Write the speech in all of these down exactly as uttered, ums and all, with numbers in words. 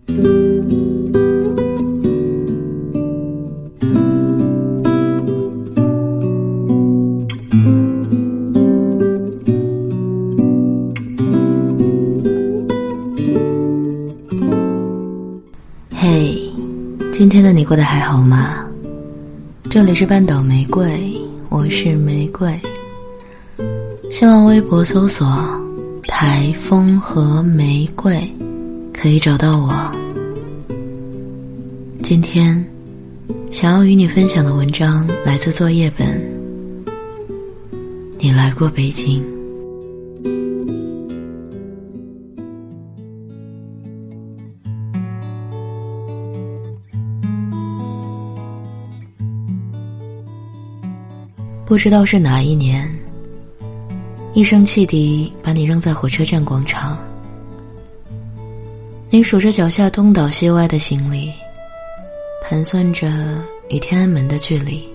嘿，今天的你过得还好吗？这里是半岛玫瑰，我是玫瑰。新浪微博搜索台风和玫瑰可以找到我。今天想要与你分享的文章来自作业本。你来过北京？不知道是哪一年，一声汽笛把你扔在火车站广场。你数着脚下东倒西歪的行李，盘算着与天安门的距离。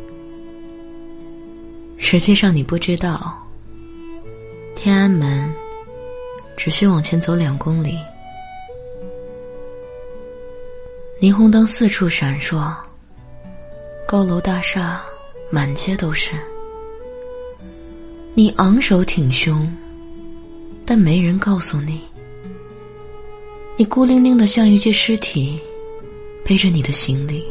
实际上你不知道，天安门只需往前走两公里。霓虹灯四处闪烁，高楼大厦满街都是。你昂首挺胸，但没人告诉你，你孤零零地像一具尸体，背着你的行李。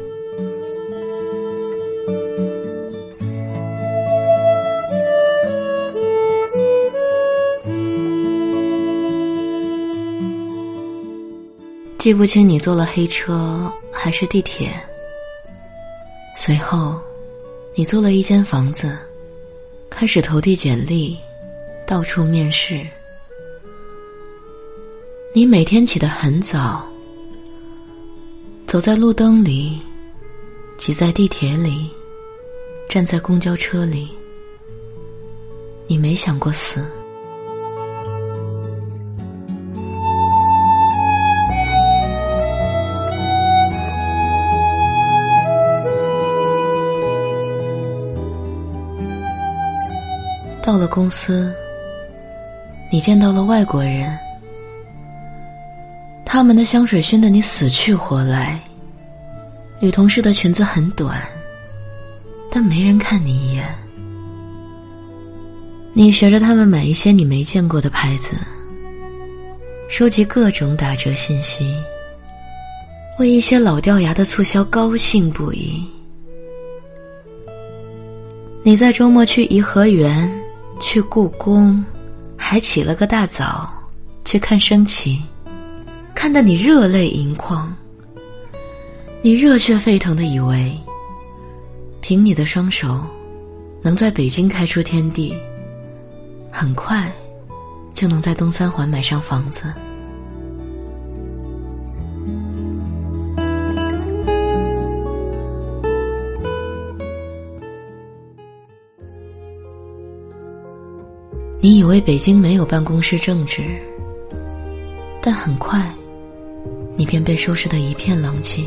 记不清你坐了黑车还是地铁。随后你租了一间房子，开始投递简历，到处面试。你每天起得很早，走在路灯里，挤在地铁里，站在公交车里。你没想过死。到了公司，你见到了外国人，他们的香水熏得你死去活来。女同事的裙子很短，但没人看你一眼。你学着他们买一些你没见过的牌子，收集各种打折信息，为一些老掉牙的促销高兴不已。你在周末去颐和园，去故宫，还起了个大早去看升旗，看得你热泪盈眶。你热血沸腾地以为，凭你的双手能在北京开出天地，很快就能在东三环买上房子。你以为北京没有办公室政治，但很快你便被收拾得一片狼藉。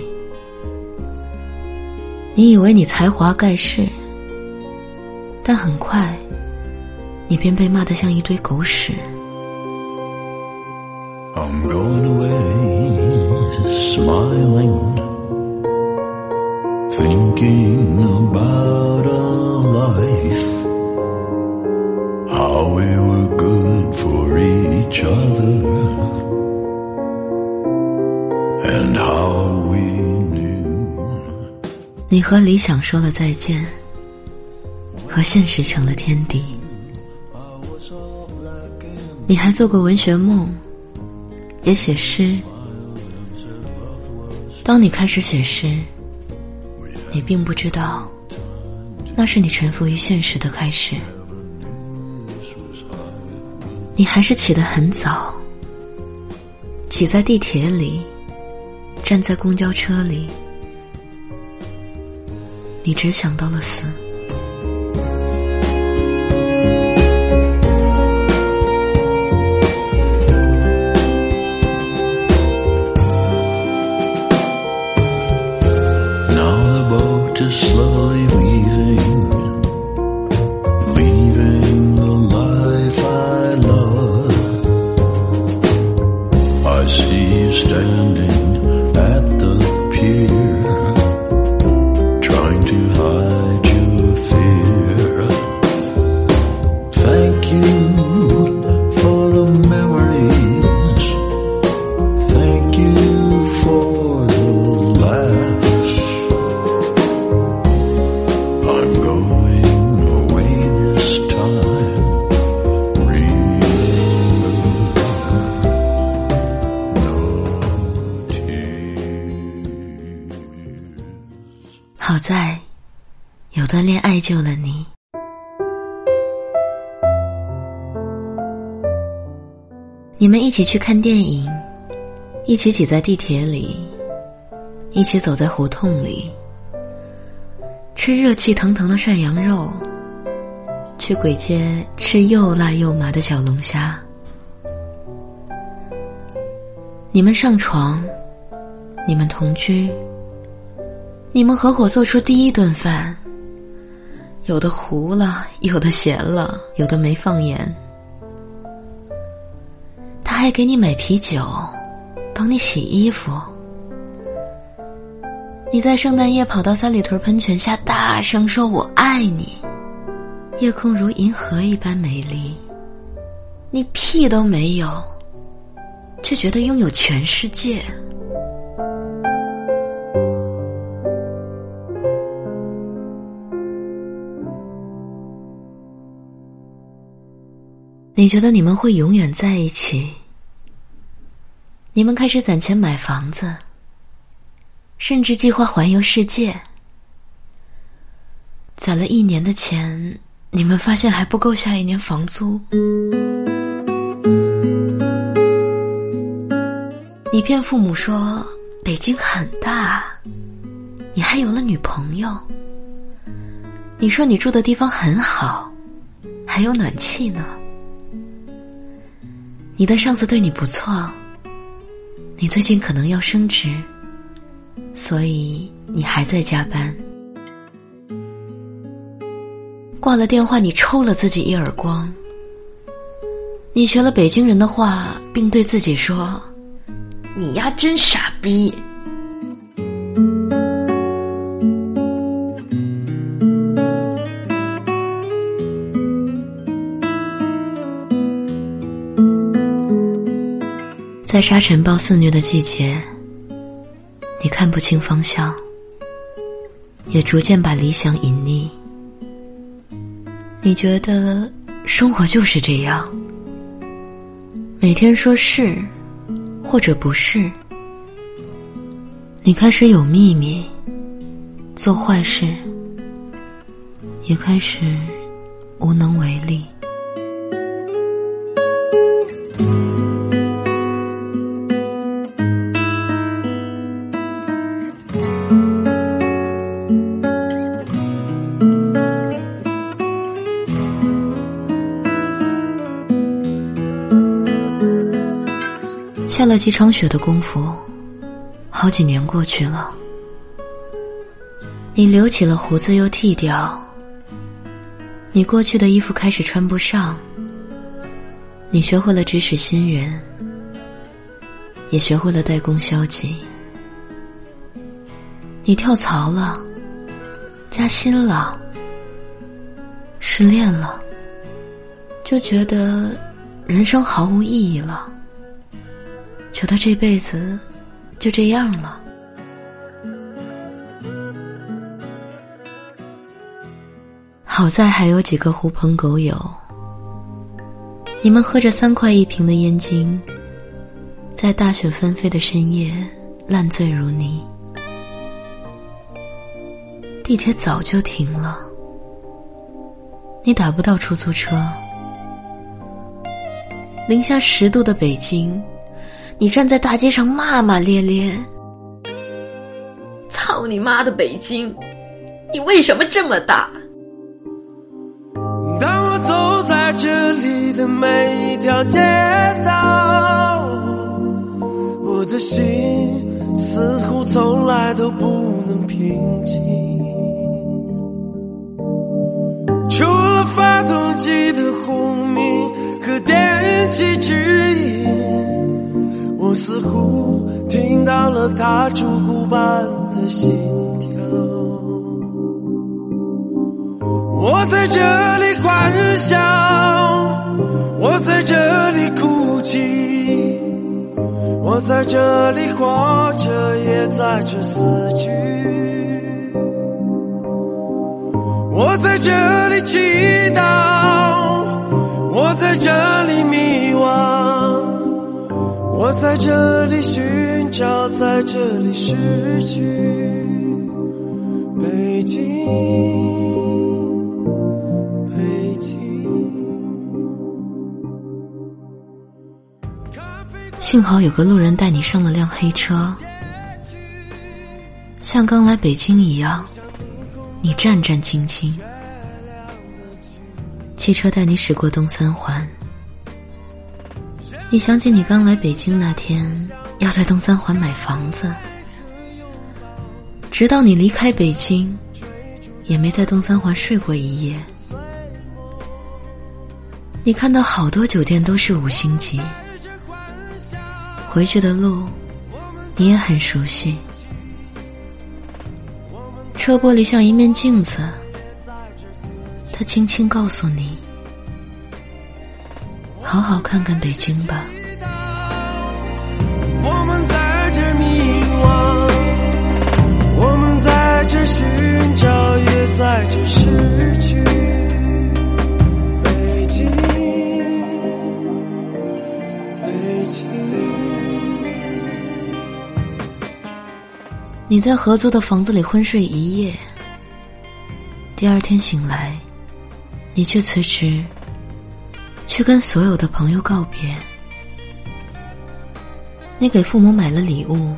你以为你才华盖世，但很快你便被骂得像一堆狗屎。 I'm going away smiling, thinking about our life, how we were good for each other, and how we knew. 你和理想说了再见，和现实成了天敌。你还做过文学梦，也写诗。当你开始写诗，你并不知道那是你臣服于现实的开始。你还是起得很早，挤在地铁里，站在公交车里，你只想到了死。 Slowly leaving, leaving the life I love. I see you standing 好在有段恋爱救了你。你们一起去看电影，一起挤在地铁里，一起走在胡同里，吃热气腾腾的涮羊肉，去簋街吃又辣又麻的小龙虾。你们上床，你们同居，你们合伙做出第一顿饭，有的糊了，有的咸了，有的没放盐。他还给你买啤酒，帮你洗衣服。你在圣诞夜跑到三里屯喷泉下大声说我爱你，夜空如银河一般美丽。你屁都没有，却觉得拥有全世界。你觉得你们会永远在一起，你们开始攒钱买房子，甚至计划环游世界。攒了一年的钱，你们发现还不够下一年房租。你骗父母说北京很大，你还有了女朋友。你说你住的地方很好，还有暖气呢。你的上司对你不错，你最近可能要升职，所以你还在加班。挂了电话，你抽了自己一耳光。你学了北京人的话，并对自己说，你丫真傻逼。在沙尘暴肆虐的季节，你看不清方向，也逐渐把理想隐匿。你觉得生活就是这样，每天说是或者不是。你开始有秘密，做坏事，也开始无能为力。下了几场雪的功夫，好几年过去了。你留起了胡子又剃掉，你过去的衣服开始穿不上，你学会了指使新人，也学会了代工消极。你跳槽了，加薪了，失恋了，就觉得人生毫无意义了，觉得这辈子就这样了。好在还有几个狐朋狗友，你们喝着三块一瓶的燕京，在大雪纷飞的深夜烂醉如泥。地铁早就停了，你打不到出租车。零下十度的北京，你站在大街上骂骂咧咧，操你妈的北京，你为什么这么大？ 当我走在这里的每一条街道，我的心似乎从来都不能平静。除了发动机的轰鸣和电气指引，我似乎听到了它烛骨般的心跳。我在这里欢笑，我在这里哭泣，我在这里活着，也在这死去。我在这里祈祷，我在这里迷惘，我在这里寻找，在这里失去。 北京，北京。 幸好有个路人带你上了辆黑车，像刚来北京一样，你战战兢兢。汽车带你驶过东三环，你想起你刚来北京那天要在东三环买房子，直到你离开北京也没在东三环睡过一夜。你看到好多酒店都是五星级，回去的路你也很熟悉，车玻璃像一面镜子，它轻轻告诉你，好好看看北京吧。 我们在这迷惘，我们在这寻找，也在这失去。北京，北京。 你在合租的房子里昏睡一夜，第二天醒来，你却辞职，去跟所有的朋友告别。你给父母买了礼物，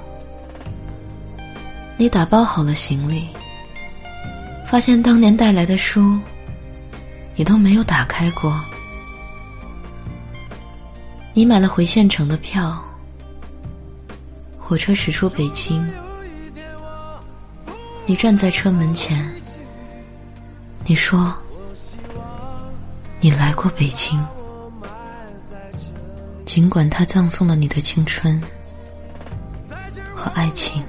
你打包好了行李，发现当年带来的书你都没有打开过。你买了回县城的票，火车驶出北京，你站在车门前，你说你来过北京，尽管它葬送了你的青春和爱情。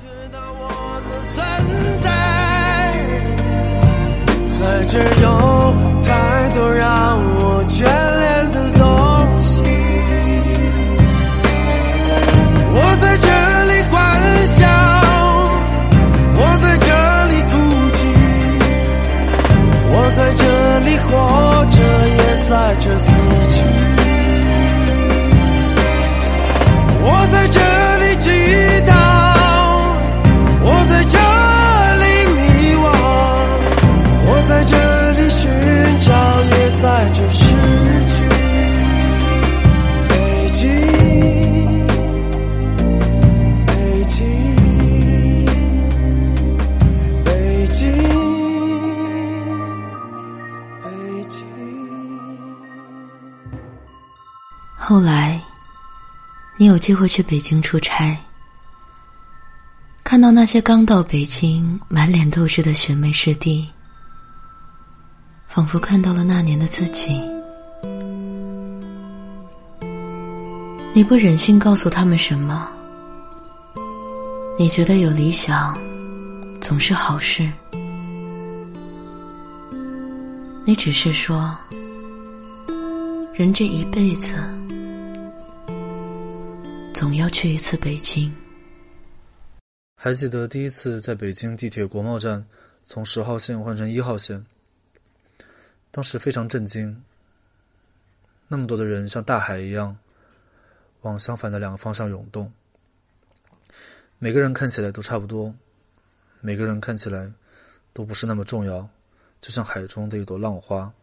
在这有太多让我眷恋的东西，我在这里幻想，我在这里哭泣，我在这里活着，也在这死去。我在这里祈祷，我在这里迷惘，我在这里寻找，也在这失去。北京，北京，北京，北京。 后来你有机会去北京出差，看到那些刚到北京满脸斗志的学妹师弟，仿佛看到了那年的自己。你不忍心告诉他们什么，你觉得有理想总是好事，你只是说，人这一辈子总要去一次北京。 还记得第一次在北京地铁国贸站从十号线换成一号线，当时非常震惊，那么多的人像大海一样往相反的两个方向涌动，每个人看起来都差不多，每个人看起来都不是那么重要，就像海中的一朵浪花。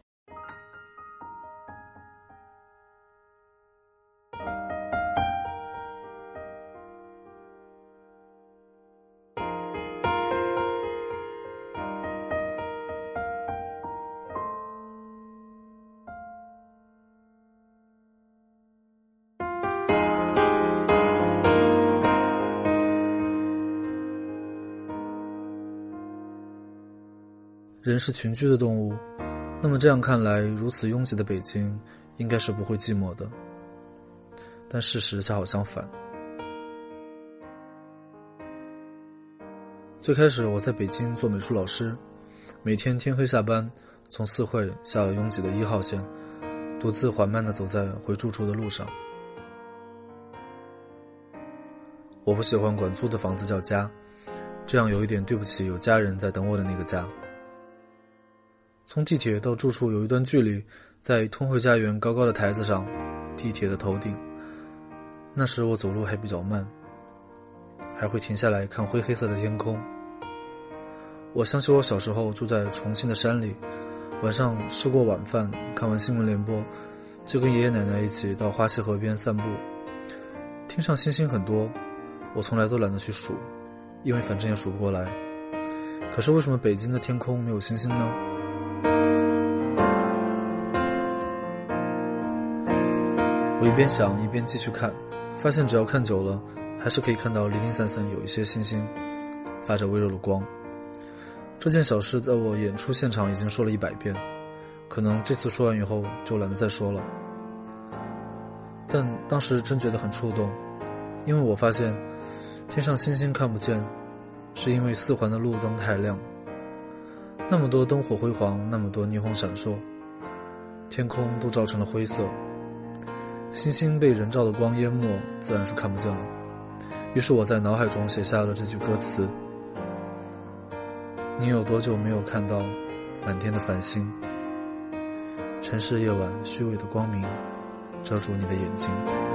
人是群居的动物，那么这样看来，如此拥挤的北京应该是不会寂寞的。但事实恰好相反。最开始我在北京做美术老师，每天天黑下班，从四惠下了拥挤的一号线，独自缓慢地走在回住处的路上。我不喜欢管租的房子叫家，这样有一点对不起有家人在等我的那个家。从地铁到住处有一段距离，在通惠家园高高的台子上，地铁的头顶。那时我走路还比较慢，还会停下来看灰黑色的天空。 我想起我小时候住在重庆的山里，晚上吃过晚饭，看完新闻联播，就跟爷爷奶奶一起到花溪河边散步。天上星星很多，我从来都懒得去数，因为反正也数不过来。可是为什么北京的天空没有星星呢？我一边想一边继续看，发现只要看久了，还是可以看到零零散散有一些星星发着微弱的光。这件小事在我演出现场已经说了一百遍，可能这次说完以后就懒得再说了。但当时真觉得很触动，因为我发现天上星星看不见，是因为四环的路灯太亮，那么多灯火辉煌，那么多霓虹闪烁，天空都照成了灰色，星星被人照的光淹没，自然是看不见了。于是我在脑海中写下了这句歌词：你有多久没有看到满天的繁星？城市夜晚虚伪的光明遮住你的眼睛。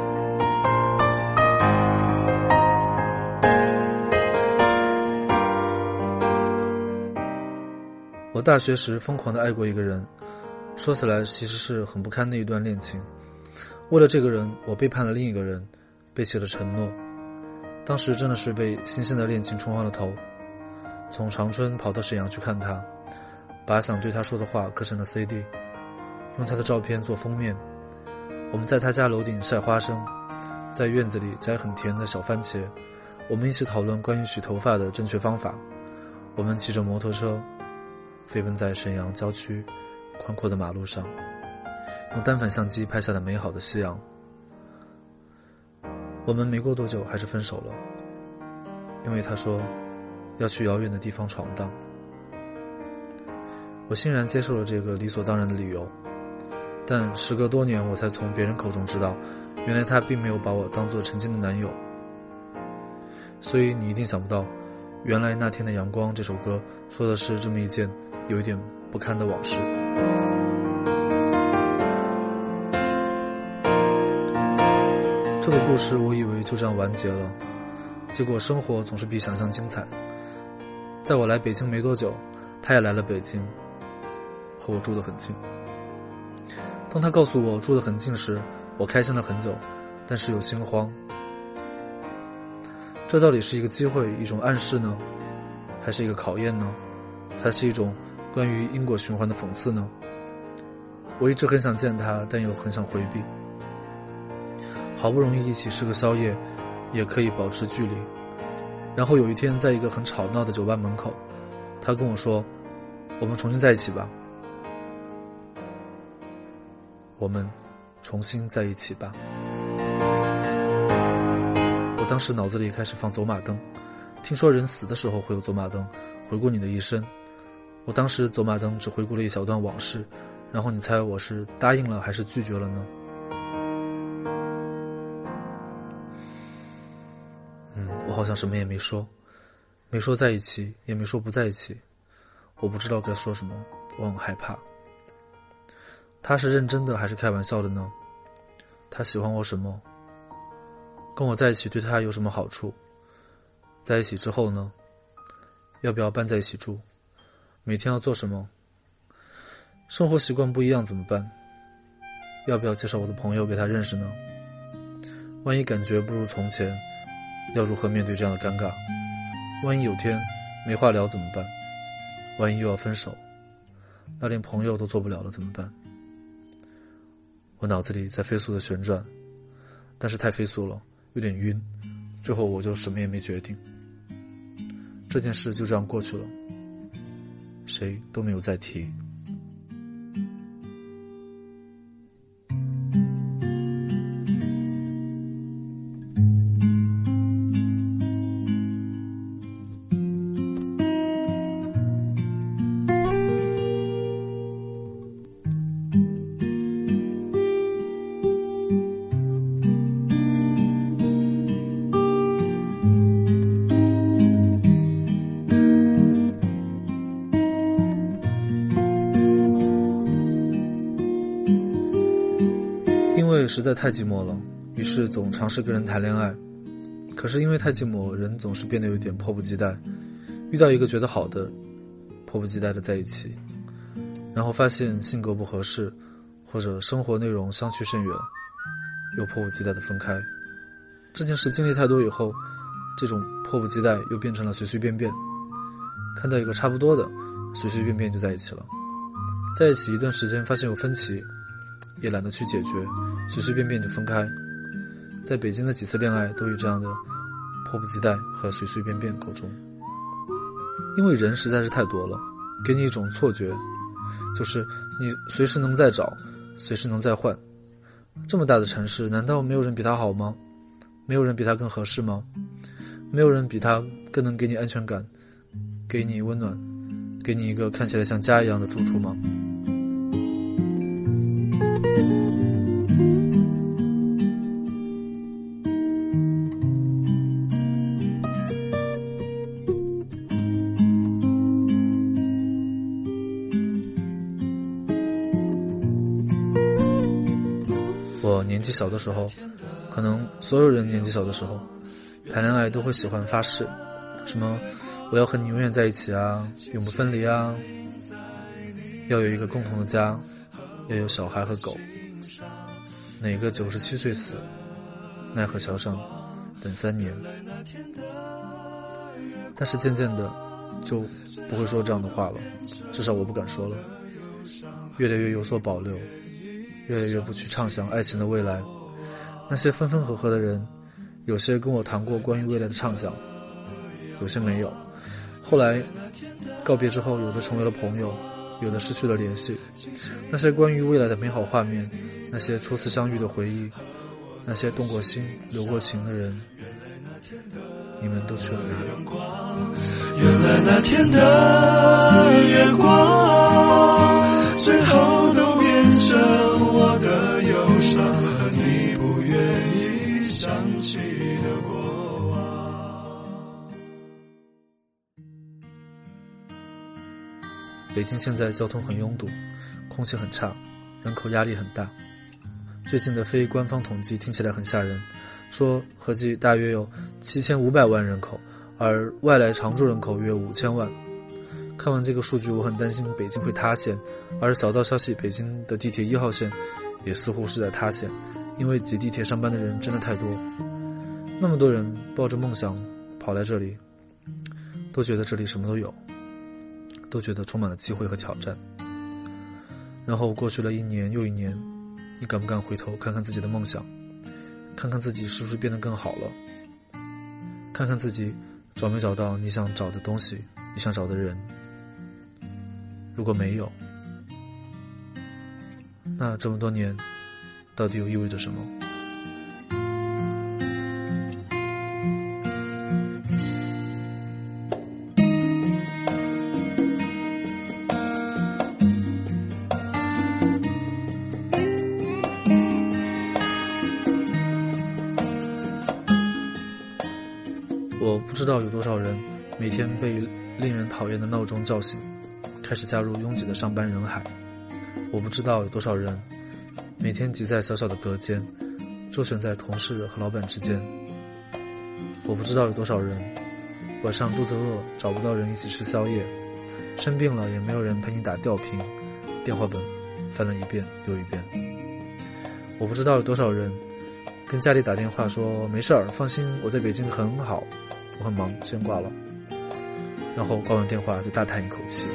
我大学时疯狂地爱过一个人，说起来其实是很不堪的一段恋情。为了这个人，我背叛了另一个人，背弃了承诺。当时真的是被新鲜的恋情冲昏了头，从长春跑到沈阳去看他，把想对他说的话刻成了 C D， 用他的照片做封面。我们在他家楼顶晒花生，在院子里摘很甜的小番茄，我们一起讨论关于洗头发的正确方法。我们骑着摩托车飞奔在沈阳郊区宽阔的马路上，用单反相机拍下了美好的夕阳。我们没过多久还是分手了，因为他说要去遥远的地方闯荡。我欣然接受了这个理所当然的理由，但时隔多年我才从别人口中知道，原来他并没有把我当作曾经的男友。所以你一定想不到，原来那天的阳光这首歌说的是这么一件有一点不堪的往事。这个故事我以为就这样完结了，结果生活总是比想象精彩。在我来北京没多久，他也来了北京，和我住得很近。当他告诉我住得很近时，我开心了很久，但是又心慌。这到底是一个机会，一种暗示呢，还是一个考验呢？还是一种关于因果循环的讽刺呢？我一直很想见他，但又很想回避。好不容易一起吃个宵夜，也可以保持距离。然后有一天在一个很吵闹的酒吧门口，他跟我说，我们重新在一起吧。我们重新在一起吧。我当时脑子里开始放走马灯，听说人死的时候会有走马灯，回顾你的一生。我当时走马灯只回顾了一小段往事，然后你猜我是答应了还是拒绝了呢？嗯，我好像什么也没说，没说在一起，也没说不在一起。我不知道该说什么，我很害怕。他是认真的还是开玩笑的呢？他喜欢我什么？跟我在一起对他有什么好处？在一起之后呢？要不要搬在一起住？每天要做什么？生活习惯不一样怎么办？要不要介绍我的朋友给他认识呢？万一感觉不如从前，要如何面对这样的尴尬？万一有天没话聊怎么办？万一又要分手，那连朋友都做不了了怎么办？我脑子里在飞速的旋转，但是太飞速了，有点晕，最后我就什么也没决定。这件事就这样过去了，谁都没有再提。因为实在太寂寞了，于是总尝试跟人谈恋爱。可是因为太寂寞，人总是变得有点迫不及待。遇到一个觉得好的， 迫不及待的在一起，然后发现性格不合适，或者生活内容相去甚远，又迫不及待的分开。这件事经历太多以后，这种迫不及待又变成了随随便便，看到一个差不多的，随随便便就在一起了。在一起一段时间发现有分歧，也懒得去解决，随随便便就分开。在北京的几次恋爱都有这样的迫不及待和随随便便口中。因为人实在是太多了，给你一种错觉，就是你随时能再找，随时能再换。这么大的城市，难道没有人比他好吗？没有人比他更合适吗？没有人比他更能给你安全感，给你温暖，给你一个看起来像家一样的住处吗？我年纪小的时候，可能所有人年纪小的时候谈恋爱都会喜欢发誓，什么我要和你永远在一起啊，永不分离啊，要有一个共同的家，要有小孩和狗，哪个九十七岁死，奈何桥上等三年。但是渐渐的就不会说这样的话了，至少我不敢说了，越来越有所保留，越来越不去畅想爱情的未来。那些分分合合的人，有些跟我谈过关于未来的畅想，有些没有。后来告别之后，有的成为了朋友，有的失去了联系。那些关于未来的美好画面，那些初次相遇的回忆，那些动过心流过情的人，你们都去了哪里？ 原来那天的月光，最后都变成我的忧伤和你不愿意想起的过往。 北京现在交通很拥堵，空气很差，人口压力很大。最近的非官方统计听起来很吓人，说合计大约有七千五百万人口，而外来常住人口约五千万。看完这个数据，我很担心北京会塌陷，而小道消息，北京的地铁一号线也似乎是在塌陷，因为挤地铁上班的人真的太多。那么多人抱着梦想跑来这里，都觉得这里什么都有，都觉得充满了机会和挑战。然后过去了一年又一年，你敢不敢回头看看自己的梦想，看看自己是不是变得更好了，看看自己找没找到你想找的东西，你想找的人。如果没有，那这么多年到底又意味着什么？我不知道有多少人每天被令人讨厌的闹钟叫醒，开始加入拥挤的上班人海。我不知道有多少人每天挤在小小的隔间，周旋在同事和老板之间。我不知道有多少人晚上肚子饿找不到人一起吃宵夜，生病了也没有人陪你打吊瓶，电话本翻了一遍又一遍。我不知道有多少人跟家里打电话说没事儿，放心，我在北京很好，我很忙，先挂了。然后挂完电话就大叹一口气。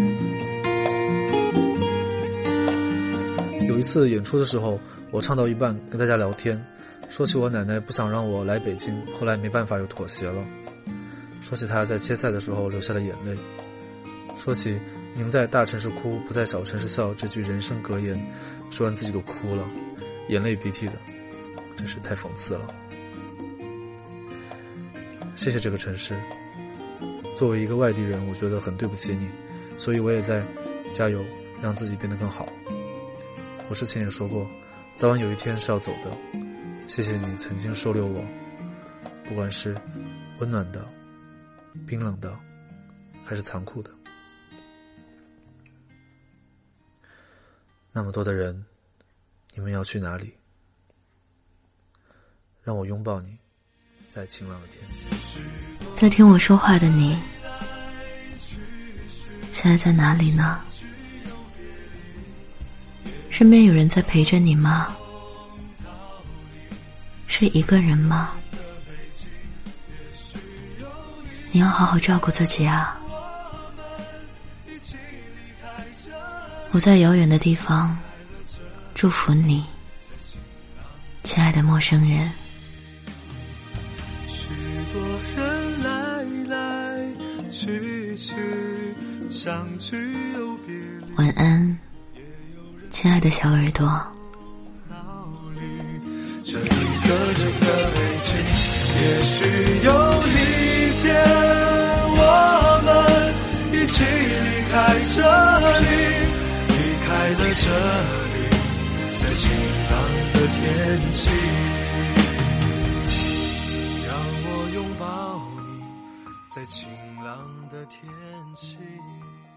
有一次演出的时候，我唱到一半跟大家聊天，说起我奶奶不想让我来北京，后来没办法又妥协了。说起她在切菜的时候流下了眼泪，说起宁在大城市哭不在小城市笑这句人生格言，说完自己都哭了，眼泪鼻涕的，真是太讽刺了。谢谢这个城市，作为一个外地人，我觉得很对不起你，所以我也在加油，让自己变得更好。我之前也说过，早晚有一天是要走的，谢谢你曾经收留我，不管是温暖的、冰冷的，还是残酷的。那么多的人，你们要去哪里？让我拥抱你，在晴朗的天气。 在听我说话的你， 现在在哪里呢？身边有人在陪着你吗？是一个人吗？你要好好照顾自己啊！我在遥远的地方祝福你，亲爱的陌生人。 许多人来来去去，相聚又别离， 晚安，亲爱的小耳朵。 这一个整个北京，也许有一天我们一起离开这里，离开了这里，在晴朗的天气，让我拥抱你，在晴朗的天气。